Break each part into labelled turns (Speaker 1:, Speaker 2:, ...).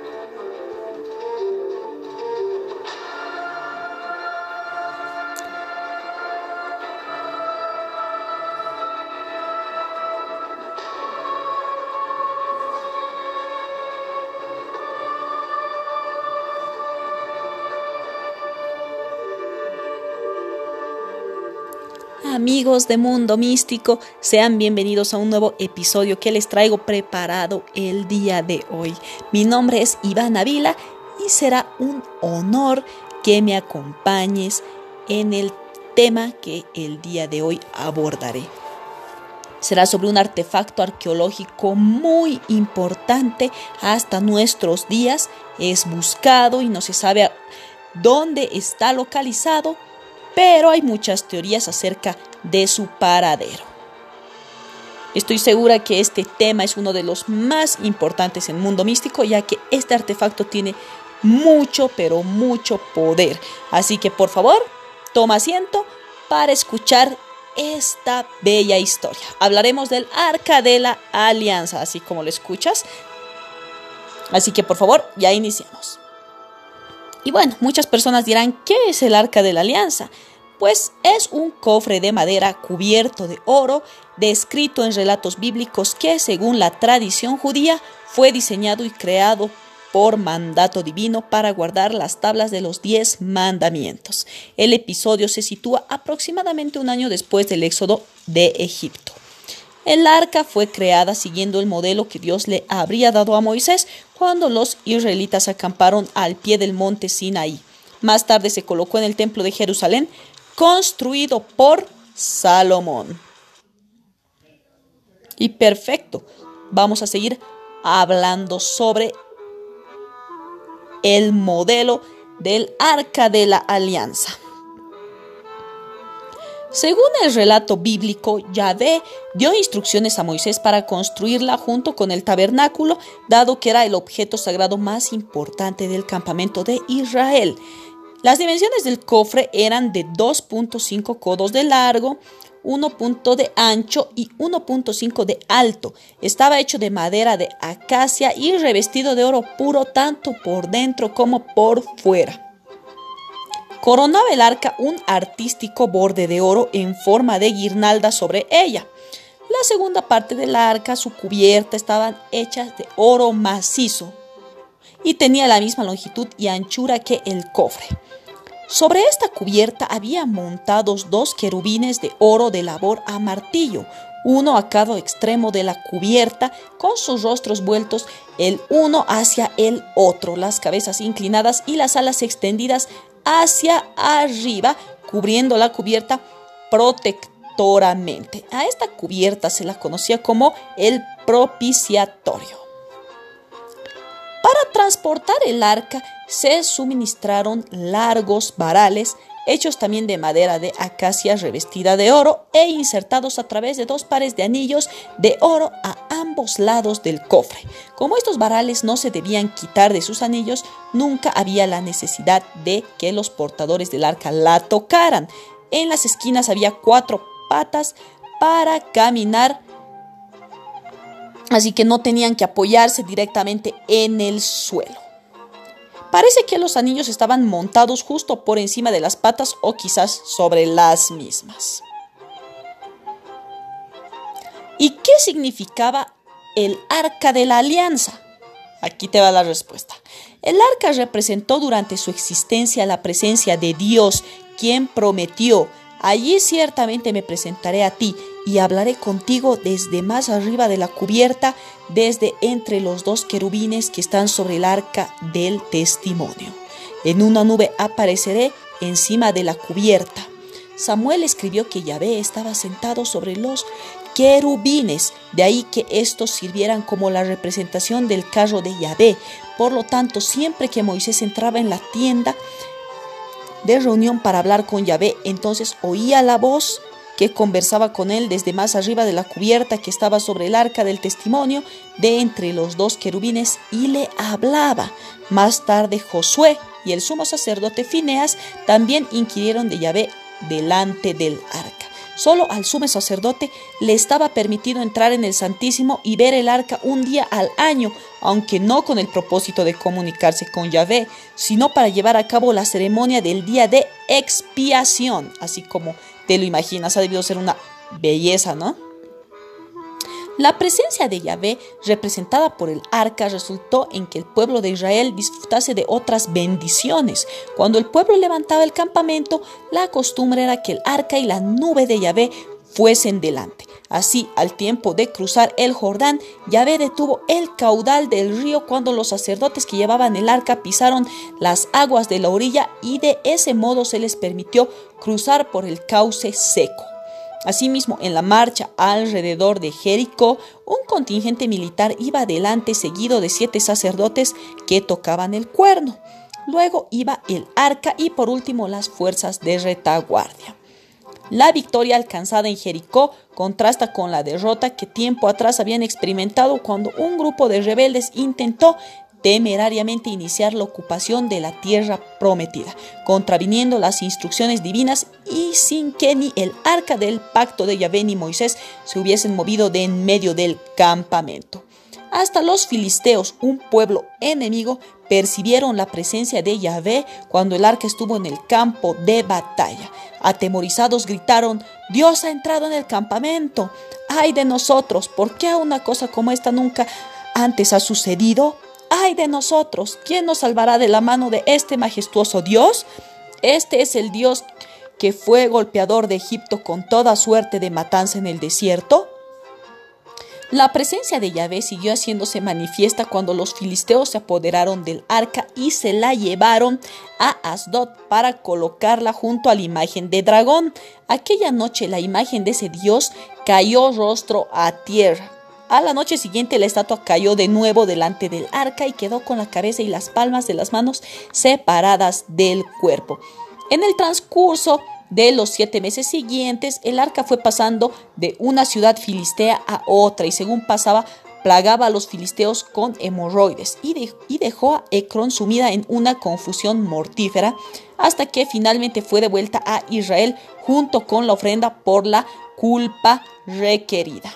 Speaker 1: Amigos de Mundo Místico, sean bienvenidos a un nuevo episodio que les traigo preparado el día de hoy. Mi nombre es Iván Avila y será un honor que me acompañes en el tema que el día de hoy abordaré. Será sobre un artefacto arqueológico muy importante hasta nuestros días. Es buscado y no se sabe dónde está localizado, pero hay muchas teorías acerca de su paradero. Estoy segura que este tema es uno de los más importantes en el mundo místico, ya que este artefacto tiene mucho, pero mucho poder. Así que por favor, toma asiento para escuchar esta bella historia. Hablaremos del Arca de la Alianza, así como lo escuchas. Así que por favor, ya iniciemos. Y bueno, muchas personas dirán, ¿qué es el Arca de la Alianza? Pues es un cofre de madera cubierto de oro, descrito en relatos bíblicos que, según la tradición judía, fue diseñado y creado por mandato divino para guardar las tablas de los 10 mandamientos. El episodio se sitúa aproximadamente un año después del éxodo de Egipto. El arca fue creada siguiendo el modelo que Dios le habría dado a Moisés cuando los israelitas acamparon al pie del monte Sinaí. Más tarde se colocó en el templo de Jerusalén, construido por Salomón. Y perfecto, vamos a seguir hablando sobre el modelo del Arca de la Alianza. Según el relato bíblico, Yahvé dio instrucciones a Moisés para construirla junto con el tabernáculo, dado que era el objeto sagrado más importante del campamento de Israel. Las dimensiones del cofre eran de 2.5 codos de largo, 1 de ancho y 1.5 de alto. Estaba hecho de madera de acacia y revestido de oro puro tanto por dentro como por fuera. Coronaba el arca un artístico borde de oro en forma de guirnalda sobre ella. La segunda parte del arca, su cubierta, estaban hechas de oro macizo y tenía la misma longitud y anchura que el cofre. Sobre esta cubierta había montados 2 querubines de oro de labor a martillo, uno a cada extremo de la cubierta, con sus rostros vueltos el uno hacia el otro, las cabezas inclinadas y las alas extendidas hacia arriba, cubriendo la cubierta protectoramente. A esta cubierta se la conocía como el propiciatorio. Para transportar el arca se suministraron largos varales, hechos también de madera de acacia revestida de oro e insertados a través de 2 pares de anillos de oro a ambos lados del cofre. Como estos varales no se debían quitar de sus anillos, nunca había la necesidad de que los portadores del arca la tocaran. En las esquinas había 4 patas para caminar, así que no tenían que apoyarse directamente en el suelo. Parece que los anillos estaban montados justo por encima de las patas o quizás sobre las mismas. ¿Y qué significaba el Arca de la Alianza? Aquí te va la respuesta. El arca representó durante su existencia la presencia de Dios, quien prometió: allí ciertamente me presentaré a ti y hablaré contigo desde más arriba de la cubierta, desde entre los 2 querubines que están sobre el arca del testimonio. En una nube apareceré encima de la cubierta. Samuel escribió que Yahvé estaba sentado sobre los querubines, de ahí que estos sirvieran como la representación del carro de Yahvé. Por lo tanto, siempre que Moisés entraba en la tienda de reunión para hablar con Yahvé, entonces oía la voz que conversaba con él desde más arriba de la cubierta que estaba sobre el arca del testimonio, de entre los 2 querubines, y le hablaba. Más tarde Josué y el sumo sacerdote Fineas también inquirieron de Yahvé delante del arca. Solo al sumo sacerdote le estaba permitido entrar en el Santísimo y ver el arca un día al año, aunque no con el propósito de comunicarse con Yahvé, sino para llevar a cabo la ceremonia del día de expiación, así como te lo imaginas. Ha debido ser una belleza, ¿no? La presencia de Yahvé, representada por el arca, resultó en que el pueblo de Israel disfrutase de otras bendiciones. Cuando el pueblo levantaba el campamento, la costumbre era que el arca y la nube de Yahvé fuesen delante. Así, al tiempo de cruzar el Jordán, Yahvé detuvo el caudal del río cuando los sacerdotes que llevaban el arca pisaron las aguas de la orilla, y de ese modo se les permitió cruzar por el cauce seco. Asimismo, en la marcha alrededor de Jericó, un contingente militar iba adelante seguido de 7 sacerdotes que tocaban el cuerno. Luego iba el arca y por último las fuerzas de retaguardia. La victoria alcanzada en Jericó contrasta con la derrota que tiempo atrás habían experimentado cuando un grupo de rebeldes intentó temerariamente iniciar la ocupación de la tierra prometida, contraviniendo las instrucciones divinas y sin que ni el arca del pacto de Yahvé ni Moisés se hubiesen movido de en medio del campamento. Hasta los filisteos, un pueblo enemigo, percibieron la presencia de Yahvé cuando el arca estuvo en el campo de batalla. Atemorizados gritaron: «Dios ha entrado en el campamento. ¡Ay de nosotros! ¿Por qué una cosa como esta nunca antes ha sucedido? ¡Ay de nosotros! ¿Quién nos salvará de la mano de este majestuoso Dios? Este es el Dios que fue golpeador de Egipto con toda suerte de matanza en el desierto». La presencia de Yahvé siguió haciéndose manifiesta cuando los filisteos se apoderaron del arca y se la llevaron a Asdod para colocarla junto a la imagen de dragón. Aquella noche la imagen de ese dios cayó rostro a tierra. A la noche siguiente la estatua cayó de nuevo delante del arca y quedó con la cabeza y las palmas de las manos separadas del cuerpo. En el transcurso de los 7 meses siguientes, el arca fue pasando de una ciudad filistea a otra y según pasaba, plagaba a los filisteos con hemorroides y dejó a Ecrón sumida en una confusión mortífera hasta que finalmente fue devuelta a Israel junto con la ofrenda por la culpa requerida.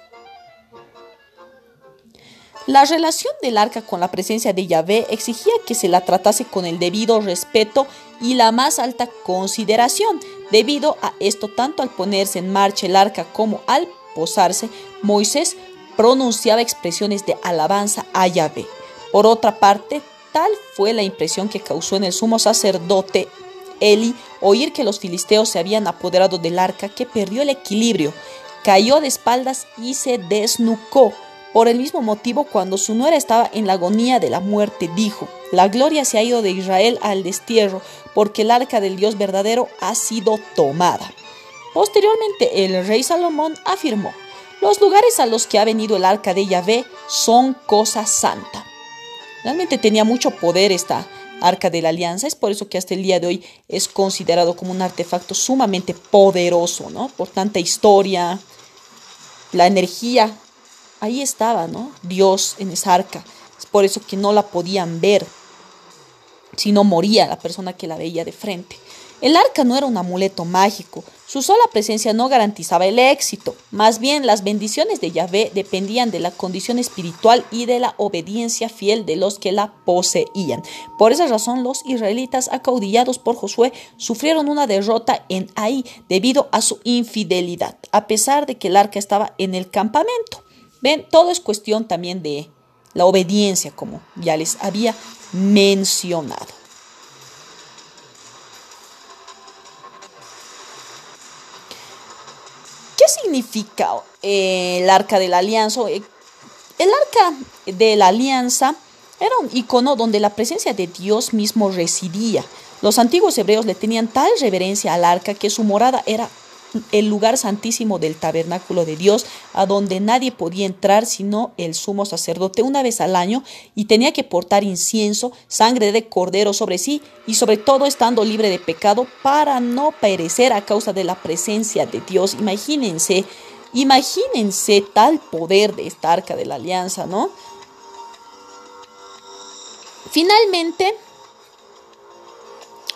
Speaker 1: La relación del arca con la presencia de Yahvé exigía que se la tratase con el debido respeto y la más alta consideración. Debido a esto, tanto al ponerse en marcha el arca como al posarse, Moisés pronunciaba expresiones de alabanza a Yahvé. Por otra parte, tal fue la impresión que causó en el sumo sacerdote Eli oír que los filisteos se habían apoderado del arca, que perdió el equilibrio, cayó de espaldas y se desnucó. Por el mismo motivo, cuando su nuera estaba en la agonía de la muerte, dijo: «La gloria se ha ido de Israel al destierro, porque el arca del Dios verdadero ha sido tomada». Posteriormente, el rey Salomón afirmó: «Los lugares a los que ha venido el arca de Yahvé son cosa santa». Realmente tenía mucho poder esta arca de la alianza. Es por eso que hasta el día de hoy es considerado como un artefacto sumamente poderoso, ¿no? Por tanta historia, la energía. Ahí estaba, ¿no? Dios en esa arca. Es por eso que no la podían ver, sino moría la persona que la veía de frente. El arca no era un amuleto mágico. Su sola presencia no garantizaba el éxito. Más bien, las bendiciones de Yahvé dependían de la condición espiritual y de la obediencia fiel de los que la poseían. Por esa razón, los israelitas, acaudillados por Josué, sufrieron una derrota en Ai debido a su infidelidad, a pesar de que el arca estaba en el campamento. Ven, todo es cuestión también de la obediencia, como ya les había mencionado. ¿Qué significa el arca de la alianza? El arca de la alianza era un icono donde la presencia de Dios mismo residía. Los antiguos hebreos le tenían tal reverencia al arca que su morada era el lugar santísimo del tabernáculo de Dios, a donde nadie podía entrar sino el sumo sacerdote una vez al año, y tenía que portar incienso, sangre de cordero sobre sí, y sobre todo estando libre de pecado para no perecer a causa de la presencia de Dios. Imagínense tal poder de esta arca de la alianza, ¿no? Finalmente,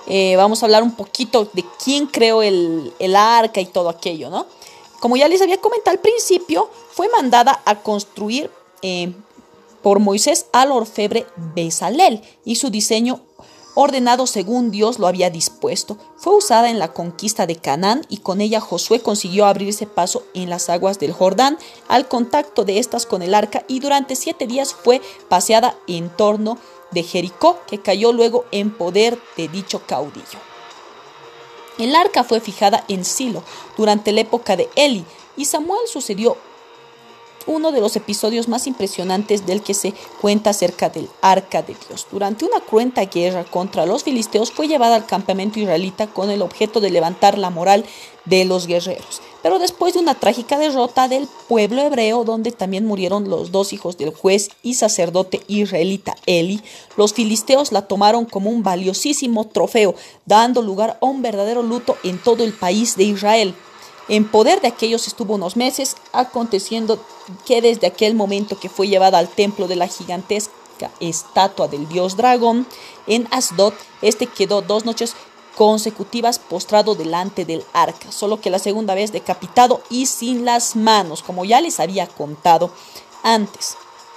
Speaker 1: vamos a hablar un poquito de quién creó el arca y todo aquello, ¿no? Como ya les había comentado al principio, fue mandada a construir por Moisés al orfebre Bezalel y su diseño, ordenado según Dios lo había dispuesto, fue usada en la conquista de Canaán y con ella Josué consiguió abrirse paso en las aguas del Jordán al contacto de estas con el arca y durante 7 días fue paseada en torno de Jericó, que cayó luego en poder de dicho caudillo. El arca fue fijada en Silo durante la época de Eli y Samuel sucedió uno de los episodios más impresionantes del que se cuenta acerca del arca de Dios. Durante una cruenta guerra contra los filisteos fue llevada al campamento israelita con el objeto de levantar la moral de los guerreros. Pero después de una trágica derrota del pueblo hebreo, donde también murieron los 2 hijos del juez y sacerdote israelita Eli, los filisteos la tomaron como un valiosísimo trofeo, dando lugar a un verdadero luto en todo el país de Israel. En poder de aquellos estuvo unos meses, aconteciendo que desde aquel momento que fue llevada al templo de la gigantesca estatua del dios dragón en Asdod, quedó 2 noches consecutivas postrado delante del arca, solo que la segunda vez decapitado y sin las manos, como ya les había contado antes.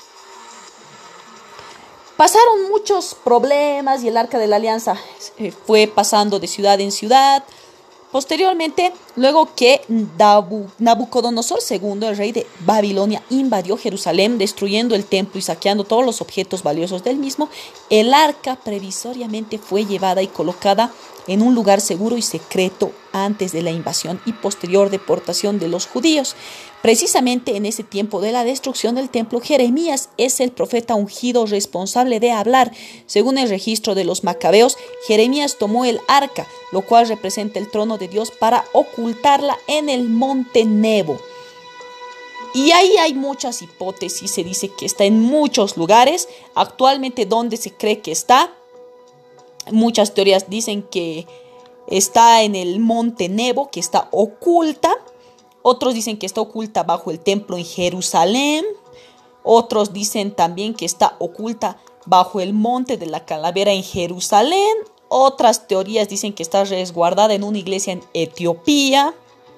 Speaker 1: Pasaron muchos problemas y el arca de la alianza fue pasando de ciudad en ciudad. Posteriormente, luego que Nabucodonosor II, el rey de Babilonia, invadió Jerusalén, destruyendo el templo y saqueando todos los objetos valiosos del mismo, el arca previsoriamente fue llevada y colocada en un lugar seguro y secreto antes de la invasión y posterior deportación de los judíos. Precisamente en ese tiempo de la destrucción del templo, Jeremías es el profeta ungido responsable de hablar. Según el registro de los macabeos, Jeremías tomó el arca, lo cual representa el trono de Dios, para ocultarla en el monte Nebo. Y ahí hay muchas hipótesis, se dice que está en muchos lugares. Actualmente, ¿dónde se cree que está? Muchas teorías dicen que está en el monte Nebo, que está oculta. Otros dicen que está oculta bajo el templo en Jerusalén. Otros dicen también que está oculta bajo el monte de la calavera en Jerusalén. Otras teorías dicen que está resguardada en una iglesia en Etiopía.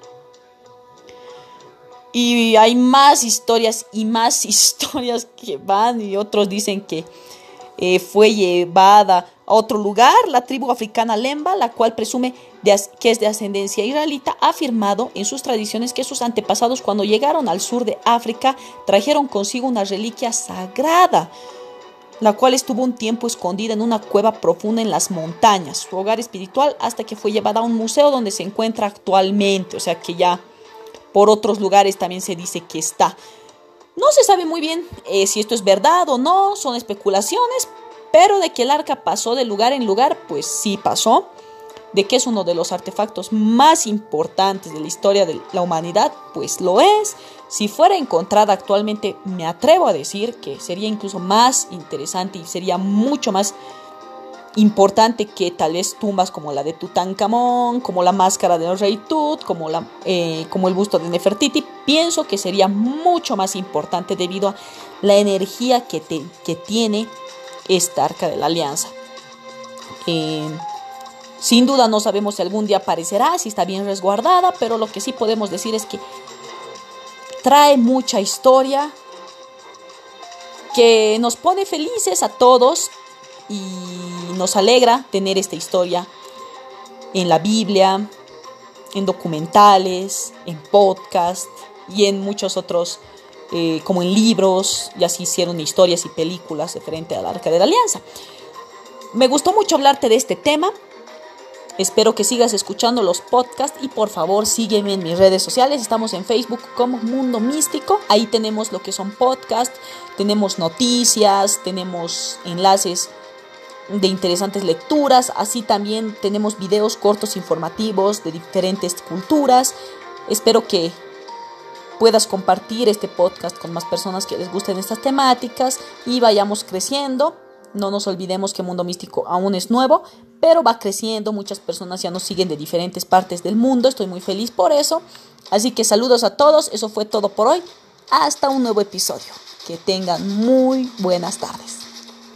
Speaker 1: Y hay más historias que van, y otros dicen que fue llevada a otro lugar. La tribu africana Lemba, la cual presume que es de ascendencia israelita, ha afirmado en sus tradiciones que sus antepasados, cuando llegaron al sur de África, trajeron consigo una reliquia sagrada, la cual estuvo un tiempo escondida en una cueva profunda en las montañas, su hogar espiritual, hasta que fue llevada a un museo donde se encuentra actualmente. O sea que ya por otros lugares también se dice que está. No se sabe muy bien si esto es verdad o no, son especulaciones, pero de que el arca pasó de lugar en lugar, pues sí pasó. De que es uno de los artefactos más importantes de la historia de la humanidad, pues lo es. Si fuera encontrada actualmente, me atrevo a decir que sería incluso más interesante y sería mucho más importante que tal vez tumbas como la de Tutankamón, como la máscara del rey Tut, como el busto de Nefertiti. Pienso que sería mucho más importante debido a la energía que tiene esta arca de la alianza. Sin duda no sabemos si algún día aparecerá, si está bien resguardada, pero lo que sí podemos decir es que trae mucha historia que nos pone felices a todos y nos alegra tener esta historia en la Biblia, en documentales, en podcast y en muchos otros, como en libros. Ya se hicieron historias y películas referente al Arca de la Alianza. Me gustó mucho hablarte de este tema. Espero que sigas escuchando los podcasts y por favor sígueme en mis redes sociales. Estamos en Facebook como Mundo Místico. Ahí tenemos lo que son podcasts, tenemos noticias, tenemos enlaces de interesantes lecturas. Así también tenemos videos cortos informativos de diferentes culturas. Espero que puedas compartir este podcast con más personas que les gusten estas temáticas y vayamos creciendo. No nos olvidemos que Mundo Místico aún es nuevo, pero va creciendo. Muchas personas ya nos siguen de diferentes partes del mundo. Estoy muy feliz por eso. Así que saludos a todos. Eso fue todo por hoy. Hasta un nuevo episodio. Que tengan muy buenas tardes.